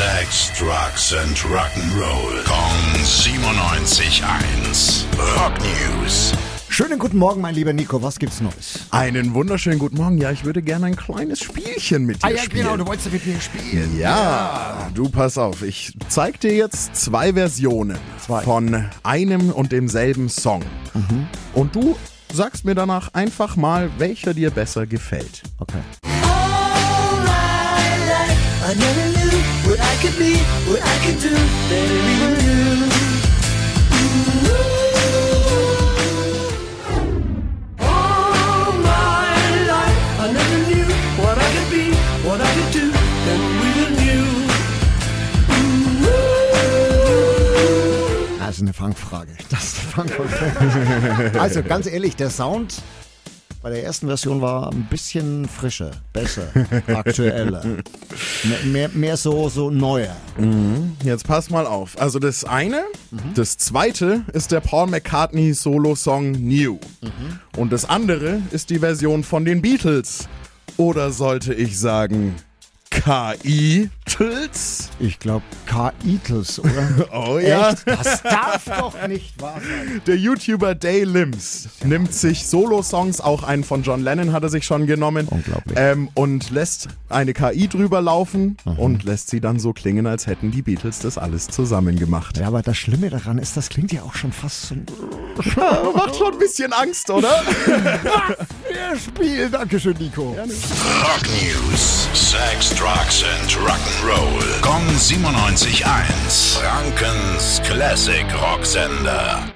Sex, Drugs and Rock'n'Roll. Kong 97.1. Rock News. Schönen guten Morgen, mein lieber Nico. Was gibt's Neues? Einen wunderschönen guten Morgen. Ja, ich würde gerne ein kleines Spielchen mit dir spielen. Genau, du wolltest ja mit mir spielen. Ja, du pass auf. Ich zeig dir jetzt zwei Versionen von einem und demselben Song. Und du sagst mir danach einfach mal, welcher dir besser gefällt. Okay. I never knew what I could be, what I could do, better even you. All my life, I never knew what I could be, what I could do, then we knew. Das ist eine Fangfrage. Also ganz ehrlich, der Sound bei der ersten Version war ein bisschen frischer, besser, aktueller. Mehr so neuer. Jetzt pass mal auf. Also das eine, das zweite ist der Paul McCartney Solo-Song New. Und das andere ist die Version von den Beatles. Oder sollte ich sagen K.I.Tls? Ich glaube K.I.Tls, oder? Oh ja. Echt? Das darf doch nicht wahr sein. Der YouTuber Day Lims nimmt sich Solo-Songs, auch einen von John Lennon hat er sich schon genommen. Unglaublich. Und lässt eine KI drüber laufen und lässt sie dann so klingen, als hätten die Beatles das alles zusammen gemacht. Ja, aber das Schlimme daran ist, das klingt ja auch schon fast so... Macht schon ein bisschen Angst, oder? Wir spielen. Dankeschön, Nico. Rock News. Sex, Drugs and Rock'n'Roll. Kong 97.1. Frankens Classic Rocksender.